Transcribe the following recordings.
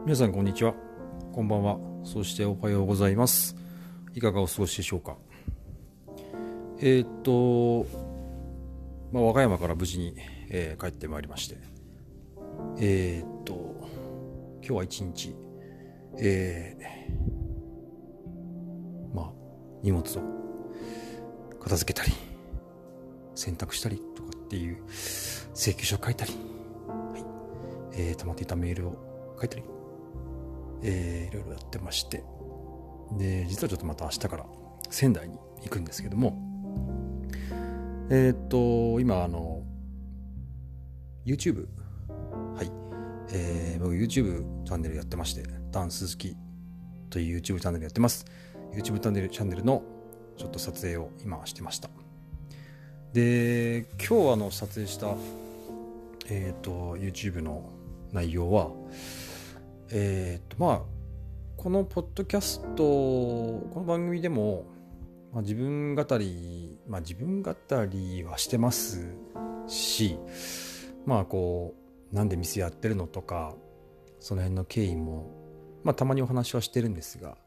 皆さんこんにちは、こんばんは、そしておはようございます。いかがお過ごしでしょうか。和歌山から無事に、帰ってまいりまして、今日は一日、荷物を片付けたり洗濯したりとかっていう請求書を書いたり、溜まっていたメールを書いたり、いろいろやってまして、で実はちょっとまた明日から仙台に行くんですけども、今YouTube、僕 YouTube チャンネルやってまして、ダンス好きという YouTube チャンネルやってます。 YouTube チャンネルのちょっと撮影を今してました。で今日撮影したYouTube の内容はこのポッドキャスト、この番組でも、自分語りはしてますし、なんで店やってるのとかその辺の経緯も、たまにお話はしてるんですが、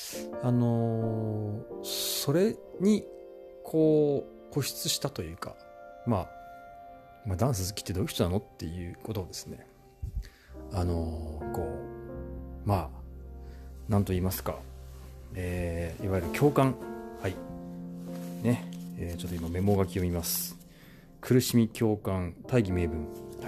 それに固執したというか、ダンス好きってどういう人なのっていうことをですね、なんと言いますか、いわゆる共感、ちょっと今メモ書きを見ます。苦しみ、共感、大義名分、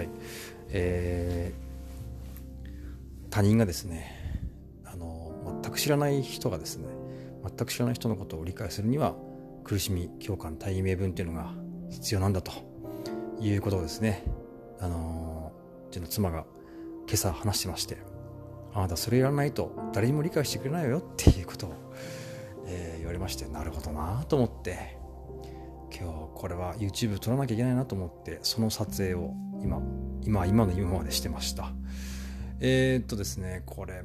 他人がですね、全く知らない人がですね、全く知らない人のことを理解するには苦しみ、共感、大義名分っていうのが必要なんだということをですね、うちの妻が今朝話してまして、あなたそれやらないと誰にも理解してくれないよっていうことを、言われまして、なるほどなと思って、今日これは YouTube 撮らなきゃいけないなと思って、その撮影を今までしてました。ですね、これ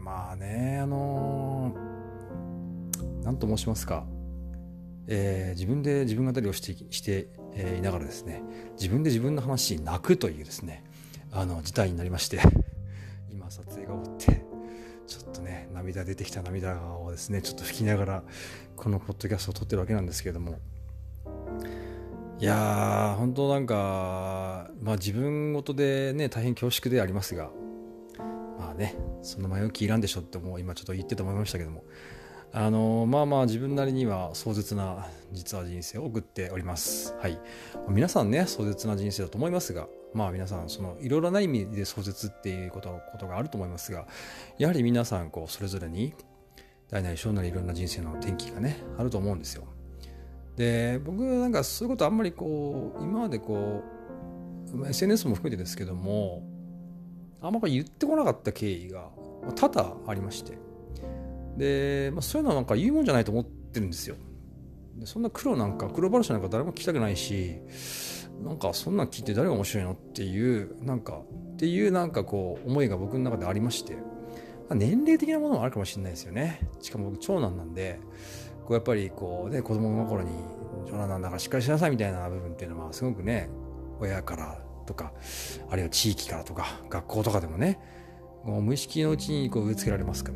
なんと申しますか、自分で自分語りをしていながらですね、自分で自分の話に泣くというですね、事態になりまして今撮影が終わってちょっとね、出てきた涙をですねちょっと拭きながらこのポッドキャストを撮ってるわけなんですけれども、いやー本当自分事でね大変恐縮でありますが、その前置きいらんでしょってもう今ちょっと言ってと思いましたけども、自分なりには壮絶な実は人生を送っております。皆さんね壮絶な人生だと思いますが、皆さんいろいろな意味で壮絶っていうことがあると思いますが、やはり皆さんそれぞれに大なり小なりいろんな人生の転機がねあると思うんですよ。で僕そういうことあんまり今までSNS も含めてですけどもあんま言ってこなかった経緯が多々ありまして、で、そういうのは言うもんじゃないと思ってるんですよ。でそんな黒話なんか誰も聞きたくないし、そんなん聞いて誰が面白いのっていう思いが僕の中でありまして、年齢的なものもあるかもしれないですよね。しかも僕長男なんで、やっぱり子供の頃に長男なんだからしっかりしなさいみたいな部分っていうのはすごくね、親からとかあるいは地域からとか学校とかでもね、無意識のうちに植え付けられますから、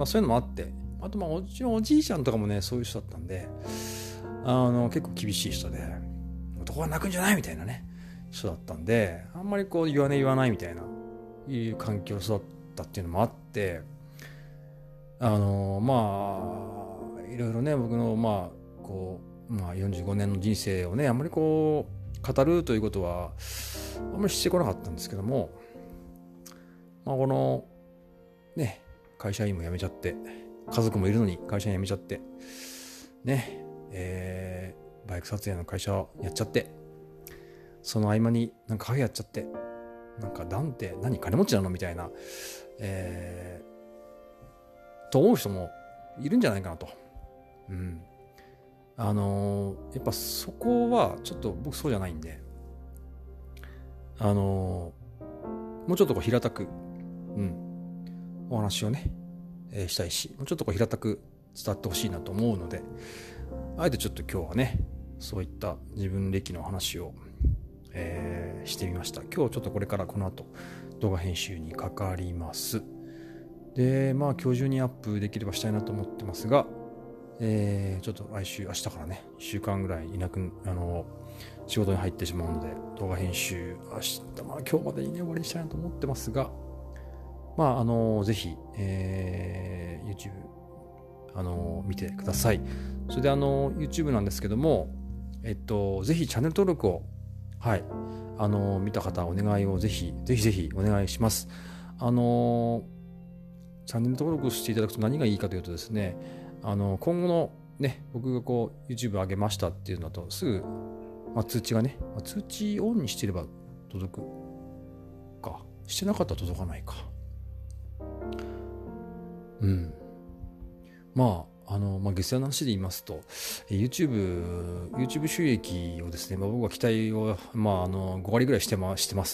そういうのもあって、あとうちのおじいちゃんとかもねそういう人だったんで、結構厳しい人で、男は泣くんじゃないみたいなね人だったんで、あんまり言わないみたいないう環境を育ったっていうのもあって、いろいろね僕の45年の人生をねあんまり語るということはあんまりしてこなかったんですけども、このね会社員も辞めちゃって、家族もいるのに会社員辞めちゃってね、バイク撮影の会社をやっちゃって、その合間にカフェやっちゃって、ダンって何金持ちなのみたいな、と思う人もいるんじゃないかなと。やっぱそこはちょっと僕そうじゃないんで、もうちょっと平たく、お話をね、したいし、もうちょっと平たく伝わってほしいなと思うので、あえてちょっと今日はねそういった自分歴の話を、してみました。今日ちょっとこれからこの後動画編集にかかります。で、今日中にアップできればしたいなと思ってますが、ちょっと明日からね、1週間ぐらい仕事に入ってしまうので、動画編集、今日までにね、終わりにしたいなと思ってますが、ぜひ、YouTube、見てください。それでYouTube なんですけども、ぜひチャンネル登録を、見た方、お願いをぜひお願いします。チャンネル登録していただくと何がいいかというとですね、今後のね、僕がYouTube 上げましたっていうのだと、すぐ、通知がね、通知オンにしていれば届くか。してなかったら届かないか。月世の話で言いますと、YouTube 収益をですね、僕は期待を、5割ぐらいしてます。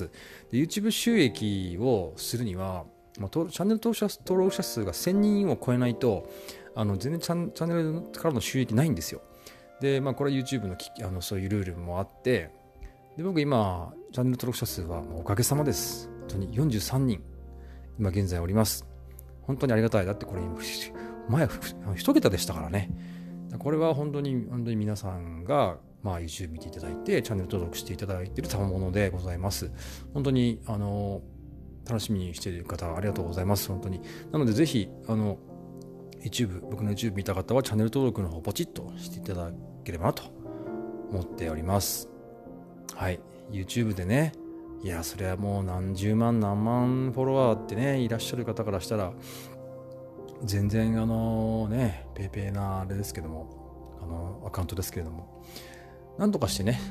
で、YouTube 収益をするには、チャンネル登録者数が1000人を超えないと、全然チャンネルからの収益ないんですよ。で、これは YouTube のそういうルールもあって、で、僕今、チャンネル登録者数はもうおかげさまです。本当に43人、今現在おります。本当にありがたい。だってこれ、前1桁でしたからね。これは本当に皆さんが、YouTube 見ていただいて、チャンネル登録していただいている賜物でございます。本当に、楽しみにしている方、ありがとうございます。本当に。なので、ぜひ、僕の YouTube 見た方は、チャンネル登録の方、ポチッとしていただければなと思っております。はい。YouTube でね、いや、それはもう何十万、何万フォロワーってね、いらっしゃる方からしたら、全然ペーペーなあれですけども、アカウントですけれども、なんとかしてね、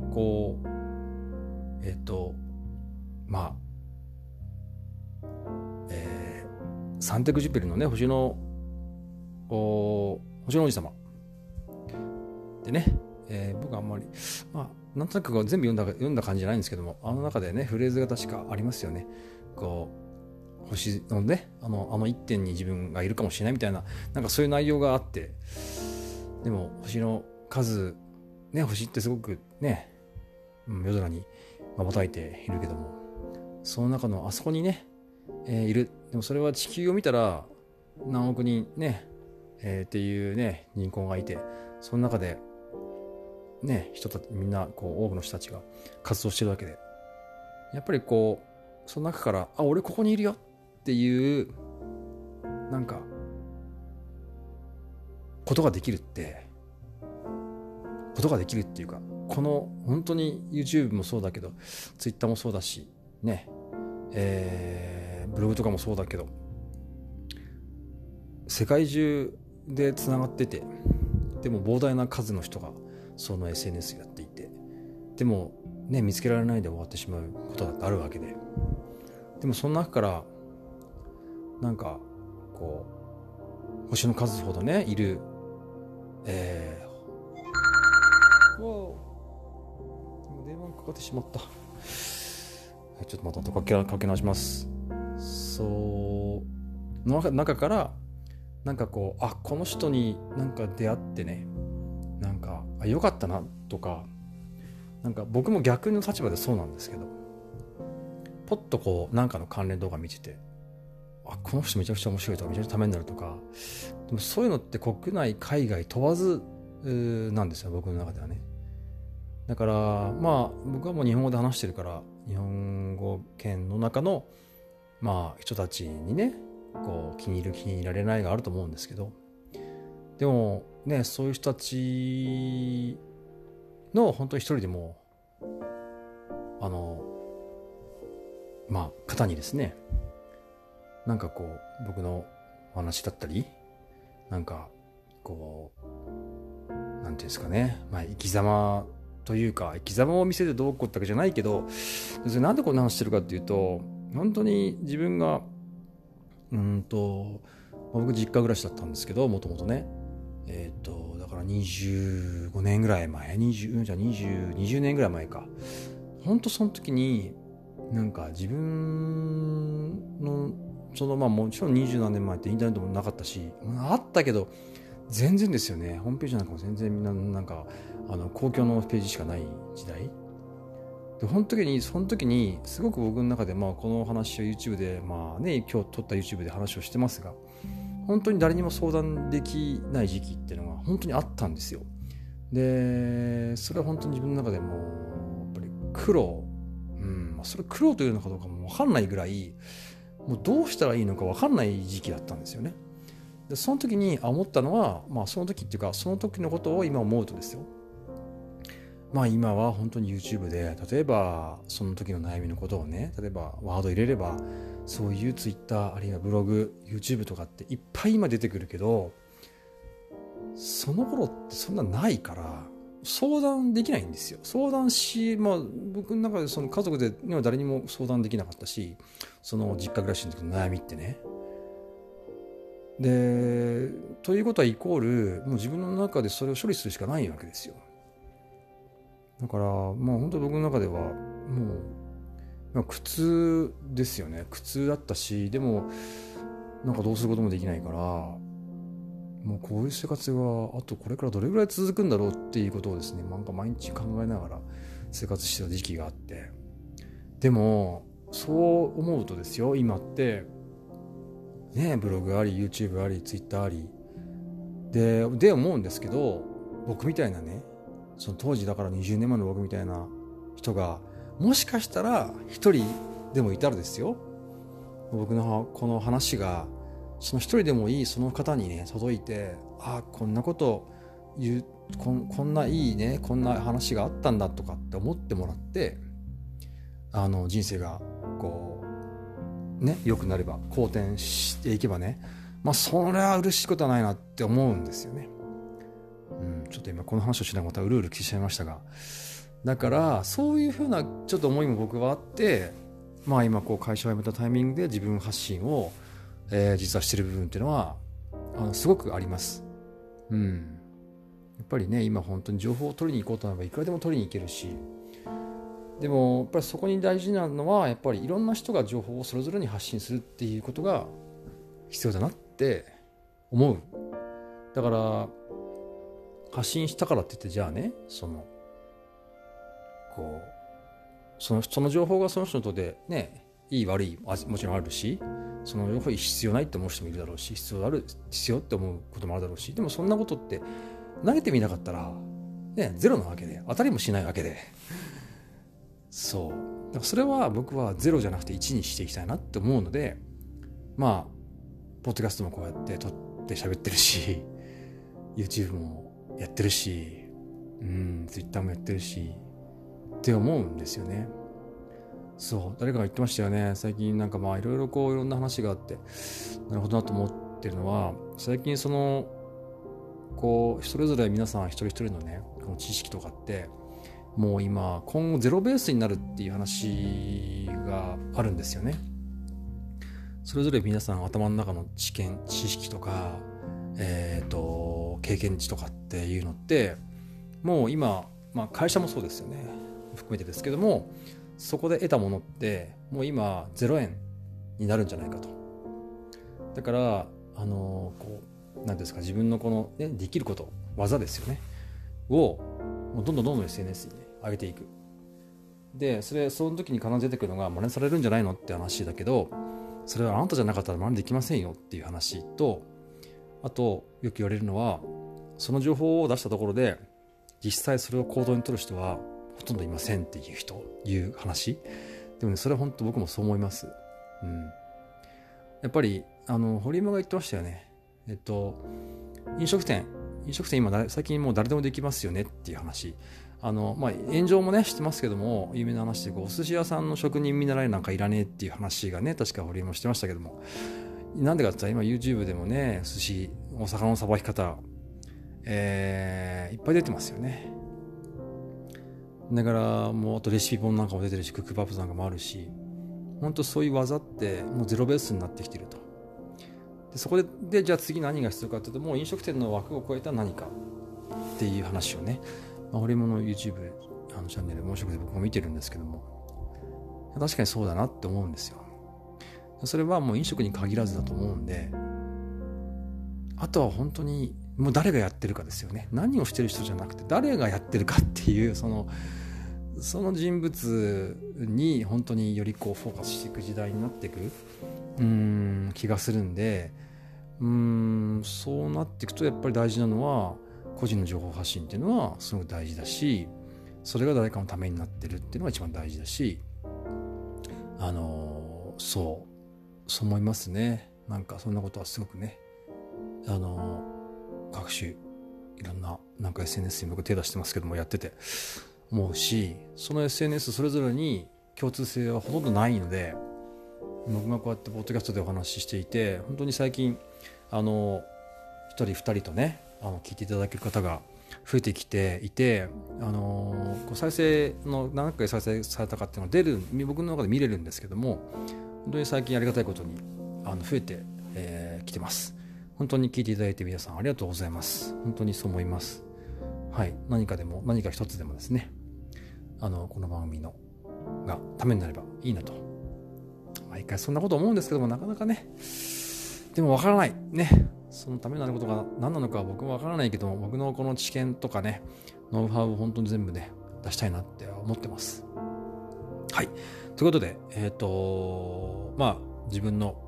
サンテクジュペルのね、星の王子様でね、僕はあんまりなんとなく全部読んだ感じじゃないんですけども、中でね、フレーズが確かありますよね。星のね、一点に自分がいるかもしれないみたいな、なんかそういう内容があって、でも星の数ね、星ってすごくね、夜空に瞬いているけども、その中のあそこにね、いる。でもそれは地球を見たら何億人ね、っていうね、人口がいて、その中でね、みんな多くの人たちが活動してるわけで、やっぱりその中から俺ここにいるよっていうなんかことができるっていうか、この本当に YouTube もそうだけど Twitter もそうだしね、ブログとかもそうだけど、世界中でつながってて、でも膨大な数の人がその SNS やっていて、でもね、見つけられないで終わってしまうことだってあるわけで、でもその中からなんか星の数ほどねいる、電話かかってしまった。ちょっとまたかけ直します。そうの中からなんかこの人になんか出会ってね、なんか良かったなとか、なんか僕も逆の立場でそうなんですけど、ポッとなんかの関連動画見てて、この人めちゃくちゃ面白いとか、めちゃくちゃためになるとか、でもそういうのって国内海外問わずなんですよ、僕の中ではね。だから僕はもう日本語で話してるから、日本語圏の中の人たちにね、気に入る気に入られないがあると思うんですけど、でもね、そういう人たちの本当に一人でも方にですね、なんか僕のお話だったり、なんかなんていうんですかね、生き様というか、生き様を見せてどうこうってわけじゃないけど、なんでこんな話してるかっていうと、本当に自分が僕実家暮らしだったんですけど、もともとね、だから25年ぐらい前、20年ぐらい前か。本当その時になんか自分のもちろん20何年前ってインターネットもなかったし、あったけど全然ですよね。ホームページなんかも全然みんななんか公共のページしかない時代でその時にすごく僕の中で、この話を YouTube で、今日撮った YouTube で話をしてますが、本当に誰にも相談できない時期っていうのが本当にあったんですよ。でそれは本当に自分の中でもやっぱり苦労、それ苦労というのかどうかも分かんないぐらい、もうどうしたらいいのか分かんない時期だったんですよね。でその時に思ったのは、その時っていうかその時のことを今思うとですよ、今は本当に YouTube で例えばその時の悩みのことをね、例えばワード入れればそういう Twitter あるいはブログ YouTube とかっていっぱい今出てくるけど、その頃ってそんなないから相談できないんですよ。相談僕の中でその家族で誰にも相談できなかったし、その実家暮らしの時の悩みってね。でということはイコールもう自分の中でそれを処理するしかないわけですよ。だから本当に僕の中ではもう苦痛ですよね。苦痛だったし、でもどうすることもできないから、もうこういう生活があとこれからどれぐらい続くんだろうっていうことをですね、毎日考えながら生活してた時期があって、でもそう思うとですよ、今ってね、ブログあり YouTube あり Twitter ありで思うんですけど、僕みたいなね、その当時だから20年前の僕みたいな人がもしかしたら一人でもいたらですよ、僕のこの話がその一人でもいいその方にね届いて、こんなこと言う、こんないいね、こんな話があったんだとかって思ってもらって、人生がこうね良くなれば、好転していけばね、それは嬉しいことはないなって思うんですよね。ちょっと今この話をしながらまたうるうる来ちゃいましたが、だからそういうふうなちょっと思いも僕はあって、今こう会社を辞めたタイミングで自分発信を、実はしてる部分っていうのはすごくあります。やっぱりね、今本当に情報を取りに行こうとなればいくらでも取りに行けるし、でもやっぱりそこに大事なのはやっぱりいろんな人が情報をそれぞれに発信するっていうことが必要だなって思う。だから発信したからって言って、じゃあね、その情報がその人にとってね、いい悪いもちろんあるし、その情報必要ないって思う人もいるだろうし、必要って思うこともあるだろうし、でもそんなことって投げてみなかったらね、ゼロなわけで、当たりもしないわけで、そうだからそれは僕はゼロじゃなくて1にしていきたいなって思うので、ポッドキャストもこうやって撮って喋ってるし、YouTube もやってるし、Twitter もやってるしって思うんですよね。誰かが言ってましたよね。最近いろいろいろんな話があって、なるほどなと思ってるのは、最近それぞれ皆さん一人一人のね、この知識とかってもう今後ゼロベースになるっていう話があるんですよね。それぞれ皆さん頭の中の知識とか、経験値とかっていうのってもう今、会社もそうですよね、含めてですけども、そこで得たものってもう今0円になるんじゃないかと。だから何ですか、自分のこの、ね、できること技ですよねをもうどんどん SNS に、上げていく。でその時に必ず出てくるのが真似されるんじゃないのって話だけど、それはあなたじゃなかったら真似できませんよっていう話と、あとよく言われるのは、その情報を出したところで実際それを行動に取る人はほとんどいませんっていう話でもね、それは本当僕もそう思います。やっぱり堀山が言ってましたよね。飲食店今最近もう誰でもできますよねっていう話。炎上もねしてますけども、有名な話でお寿司屋さんの職人見習いなんかいらねえっていう話がね、確か堀山もしてましたけども、なんでかって言ったら今 YouTube でもね、お魚のさばき方、いっぱい出てますよね。だからもうあとレシピ本なんかも出てるし、クックパッドなんかもあるし、本当そういう技ってもうゼロベースになってきてると。でそこでじゃあ次何が必要かというと、もう飲食店の枠を超えた何かっていう話をね、堀山の YouTube チャンネル面白くて僕も見てるんですけども、確かにそうだなって思うんですよ。それはもう飲食に限らずだと思うんで、あとは本当にもう誰がやってるかですよね。何をしてる人じゃなくて誰がやってるかっていう、そその人物に本当によりこうフォーカスしていく時代になっていく気がするんで、そうなっていくとやっぱり大事なのは個人の情報発信っていうのはすごく大事だし、それが誰かのためになってるっていうのが一番大事だし、そう思いますね。なんかそんなことはすごくね、各種いろんななんか SNS に僕手出してますけどもやってて思うし、その SNS それぞれに共通性はほとんどないので、僕がこうやってポッドキャストでお話ししていて、本当に最近1人2人とね聞いていただける方が増えてきていて、再生の何回再生されたかっていうのが出る、僕の中で見れるんですけども、本当に最近ありがたいことに増えてきてます。本当に聞いていただいて皆さんありがとうございます。本当にそう思います。はい、何か一つでもですね、この番組のがためになればいいなと毎回そんなこと思うんですけども、なかなかね、でもわからないね、そのためになることが何なのか僕もわからないけども、僕のこの知見とかね、ノウハウを本当に全部ね出したいなって思ってます。はい、ということで自分の、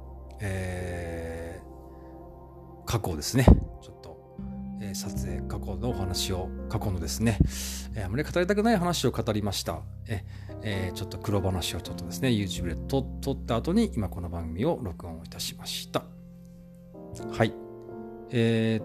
過去をですねちょっと、撮影過去のお話を、過去のですね、あまり語りたくない話を語りました。ちょっと黒話をちょっとですね YouTube で撮った後に今この番組を録音いたしました。はい、ポッ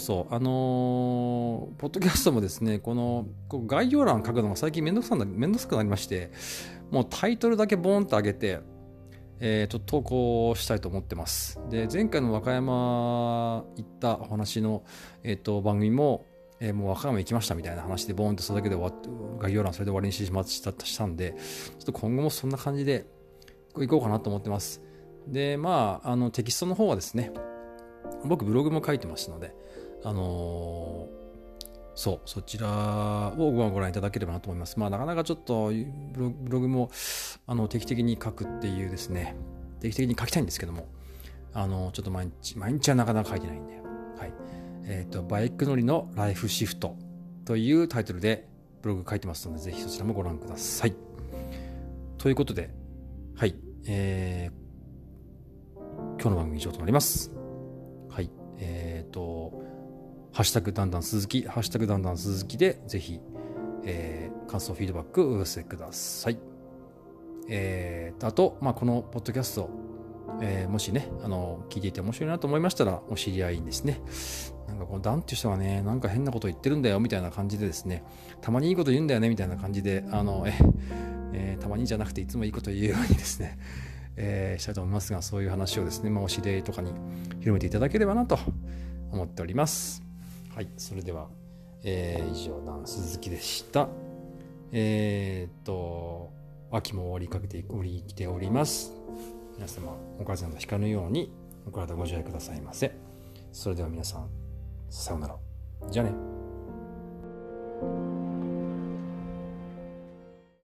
ドキャストもですね、この概要欄書くのが最近めんどくさくなりまして、もうタイトルだけボーンと上げて投稿したいと思ってます。で、前回の和歌山行ったお話の、番組も、もう和歌山行きましたみたいな話でボーンとそれだけで概要欄それで終わりにしたんで、ちょっと今後もそんな感じで行こうかなと思ってます。で、テキストの方はですね、僕ブログも書いてますので、そちらをご覧いただければなと思います。なかなかちょっとブログも定期的に書くっていうですね、定期的に書きたいんですけども、ちょっと毎日はなかなか書いてないんで、はい、バイク乗りのライフシフトというタイトルでブログ書いてますので、ぜひそちらもご覧ください。ということで、はい、今日の番組以上となります。はい、ハッシュタグダンダン鈴木、ハッシュタグダンダン鈴木でぜひ、感想フィードバックをお寄せください。あと、このポッドキャスト、もしね聞いていて面白いなと思いましたらお知り合いにですね、なんかこのダンっていう人がね、なんか変なこと言ってるんだよみたいな感じでですね、たまにいいこと言うんだよねみたいな感じでたまにじゃなくていつもいいこと言うようにですね、したいと思いますが、そういう話をですね、お知り合いとかに広めていただければなと思っております。はい、それでは、以上ダン鈴木でした。秋も終わりきております。皆様お風邪などひかぬようにお体ご自愛くださいませ。それでは皆さんさようなら。じゃあね。